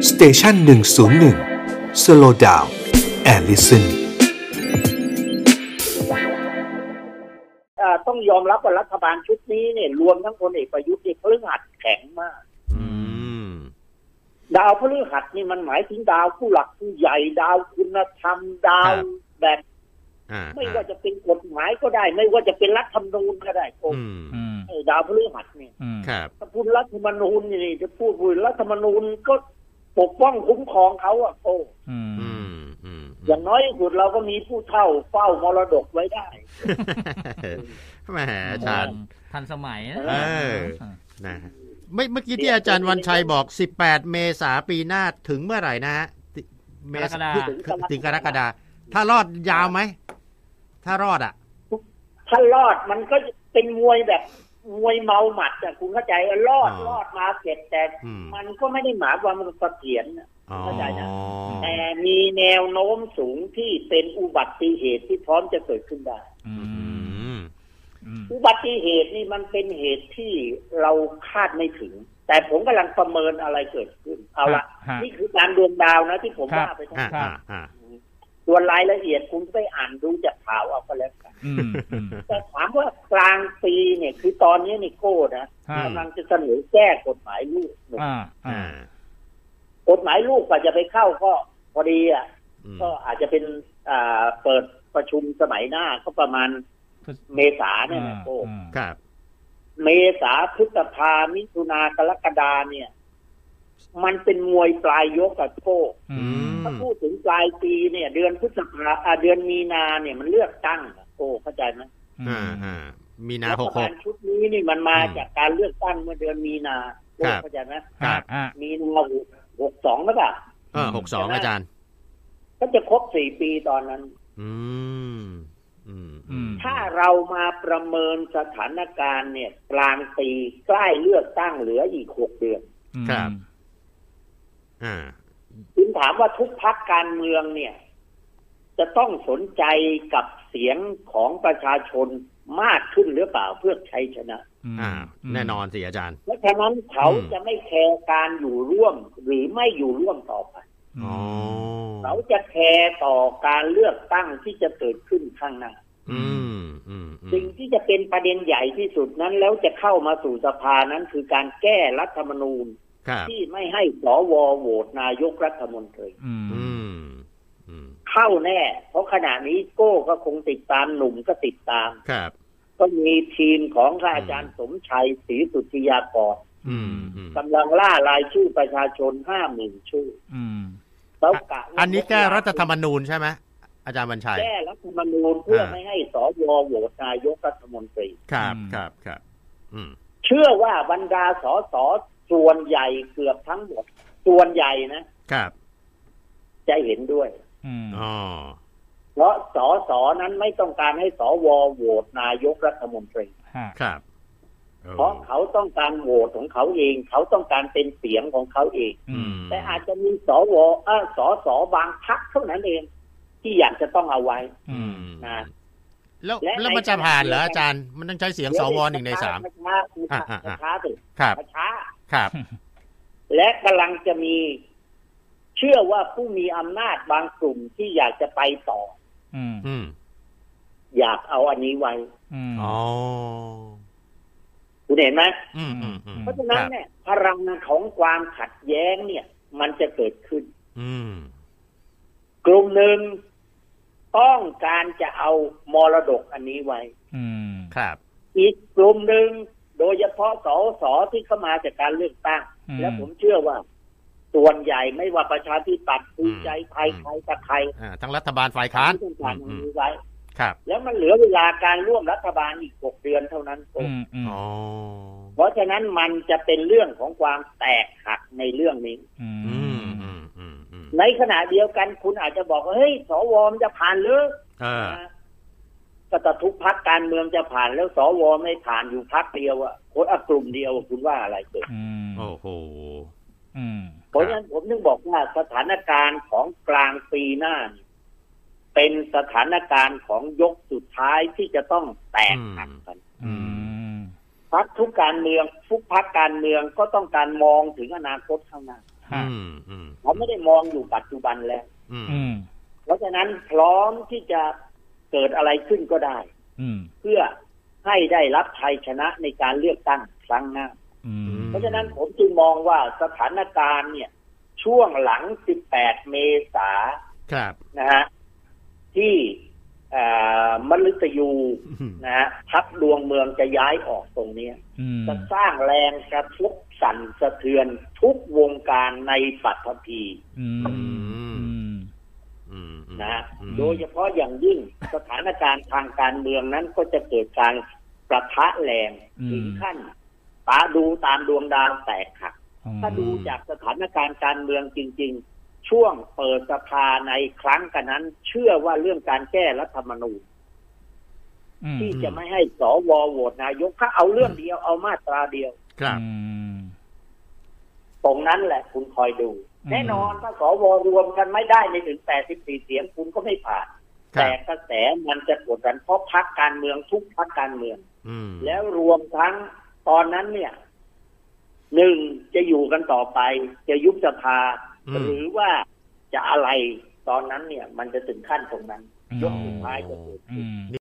สเตชัน101 Slow Down and Listen ต้องยอมรับว่ารัฐบาลชุดนี้เนี่ยรวมทั้งพลเอกประยุทธ์นี่พฤหัสแข็งมากดาวพฤหัสนี่มันหมายถึงดาวผู้หลักผู้ใหญ่ดาวคุณธรรมดาวแบบไม่ว่าจะเป็นกฎหมายก็ได้ไม่ว่าจะเป็นรัฐธรรมนูญก็ได้ดาวพฤหัสเนี่ยถ้าพูดรัฐธรรมนูญนี่จะพูดรัฐธรรมนูญก็ปกป้องคุ้มครองเขาอ่ะอย่างน้อยที่สุดเราก็มีผู้เฒ่าเฝ้ามรดกไว้ได้แหมอาจารย์ทันสมัยนะเมื่อกี้ที่อาจารย์วันชัยบอก18เมษายนปีหน้าถึงเมื่อไหร่นะฮะถึงกรกฎาคมถ้ารอดยาวไหมถ้ารอดถ้ารอดมันก็เป็นมวยแบบมวยเมาหมัดอ่ะคุณเข้าใจรอดมาเสร็จแต่มันก็ไม่ได้หมายว่ามันเสถียรเข้าใจนะแต่มีแนวโน้มสูงที่เป็นอุบัติเหตุที่พร้อมจะเกิดขึ้นได้อุบัติเหตุนี่มันเป็นเหตุที่เราคาดไม่ถึงแต่ผมกำลังประเมินอะไรเกิดขึ้นเอาละนี่คือการดวงดาวนะที่ผมว่าไปทั้งหมดส่วนรายละเอียดคุณไปอ่านดูจากข่าวเอาก็แล้วกันแต่ถามว่ากลางปีเนี่ยคือตอนนี้นี่โก้นะกำลังจะเสนอแก้กฎหมายลูกกฎหมายลูกกว่าจะไปเข้าก็พอดีก็อาจจะเป็นเปิดประชุมสมัยหน้าก็ประมาณเมษาเนี่ยนะโก้เมษาพฤษภามิถุนากรกฎาเนี่ยมันเป็นมวยปลายยกกับโก้ถ้าพูดถึงปลายปีเนี่ยเดือนพฤษภาเดือนมีนาเนี่ยมันเลือกตั้งโก้เข้าใจไหมมีนา 66ชุดนี้นี่มันมาจากการเลือกตั้งเมื่อเดือนมีนาโก้เข้าใจไหมมีนา62หรือเปล่า 62อาจารย์ก็จะครบ4ปีตอนนั้นถ้าเรามาประเมินสถานการณ์เนี่ยกลางปีใกล้เลือกตั้งเหลืออีก6เดือนครับคุณถามว่าทุกพรรคการเมืองเนี่ยจะต้องสนใจกับเสียงของประชาชนมากขึ้นหรือเปล่าเพื่อชัยชนะแน่นอนสิอาจารย์เพราะฉะนั้นเขาจะไม่แคร์การอยู่ร่วมหรือไม่อยู่ร่วมต่อไปเขาจะแคร์ต่อการเลือกตั้งที่จะเกิดขึ้นข้างหน้าสิ่งที่จะเป็นประเด็นใหญ่ที่สุดนั้นแล้วจะเข้ามาสู่สภานั้นคือการแก้รัฐธรรมนูญที่ไม่ให้สวโหวตนายกรัฐมนตรีเข้าแน่เพราะขณะนี้โก้ก็คงติดตามหนุ่มก็ติดตามก็มีทีมของอาจารย์สมชัยศรีสุทธิยากรกำลังล่ารายชื่อประชาชน 50,000 ชื่ออันนี้แก้รัฐธรรมนูญใช่ไหมอาจารย์บัญชัยแก้รัฐธรรมนูญเพื่อไม่ให้สวโหวตนายกรัฐมนตรีครับเชื่อว่าบรรดาสสส่วนใหญ่เกือบทั้งหมดส่วนใหญ่นะครับจะเห็นด้วยเพราะสสนั้นไม่ต้องการให้สวโหวตนายกรัฐมนตรีครับเพราะเขาต้องการโหวตของเขาเองเขาต้องการเป็นเสียงของเขาเองแต่อาจจะมีสสบางพรรคเท่านั้นเองที่อยากจะต้องเอาไว้นะแล้วมันจะผ่านเหรออาจารย์มันต้องใช้เสียงสว1 ใน 3 ช้าสิครับและกำลังจะมีเชื่อว่าผู้มีอำนาจบางกลุ่มที่อยากจะไปต่ออยากเอาอันนี้ไว้คุณเห็นไหมเพราะฉะนั้นเนี่ยพลังของความขัดแย้งเนี่ยมันจะเกิดขึ้นกลุ่มหนึ่งต้องการจะเอามรดกอันนี้ไว้ครับอีกกลุ่มหนึ่งโดยเฉพาะสสที่เข้ามาจากการเลือกตั้งและผมเชื่อว่าส่วนใหญ่ไม่ว่าประชาธิปัตย์ภูมิใจไทยใครกับใครทั้งรัฐบาลฝ่ายค้านต้องการอันนี้ไว้ครับแล้วมันเหลือเวลาการร่วมรัฐบาลอีก6เดือนเท่านั้นเพราะฉะนั้นมันจะเป็นเรื่องของความแตกหักในเรื่องนี้ในขณะเดียวกันคุณอาจจะบอกว่าเฮ้ยสวมันจะผ่านหรือก็ทุกพรรคการเมืองจะผ่านแล้วสวไม่ผ่านอยู่พรรคเดียวคนกลุ่มเดียวคุณว่าอะไรเกิดโอ้โหเพราะฉะนั้นผมถึงบอกว่าสถานการณ์ของกลางปีหน้าเป็นสถานการณ์ของยกสุดท้ายที่จะต้องแตกหักกันพรรคทุกการเมืองทุกพรรคการเมืองก็ต้องการมองถึงอนาคตข้างหน้าเขาไม่ได้มองอยู่ปัจจุบันแล้วเพราะฉะนั้นพร้อมที่จะเกิดอะไรขึ้นก็ได้เพื่อให้ได้รับชัยชนะในการเลือกตั้งครั้งหน้าเพราะฉะนั้นผมจึงมองว่าสถานการณ์เนี่ยช่วงหลัง18 เมษายนนะฮะที่มฤตยูนะฮะทัพดวงเมืองจะย้ายออกตรงนี้จะสร้างแรงกระทบสั่นสะเทือนทุกวงการในปัตภีนะโดยเฉพาะอย่างยิ่งสถานการณ์ทางการเมืองนั้นก็จะเกิดการประทะแรงถึงขั้นดูตามดวงดาวแตกหักถ้าดูจากสถานการณ์การเมืองจริงๆช่วงเปิดสภาในครั้งกันนั้นเชื่อว่าเรื่องการแก้รัฐธรรมนูญที่จะไม่ให้สวโหวตนายกถ้าเอาเรื่องเดียวเอามาตราเดียวตรงนั้นแหละคุณคอยดูแน่นอนถ้าสวรวมกันไม่ได้ในถึง84 เสียงคุณก็ไม่ผ่านแต่กระแสมันจะกดดันเพราะพรรคการเมืองทุกพรรคการเมืองแล้วรวมทั้งตอนนั้นเนี่ย1จะอยู่กันต่อไปจะยุบสภาหรือว่าจะอะไรตอนนั้นเนี่ยมันจะถึงขั้นตรงนั้นยกสุดท้ายจะเกิดขึ้น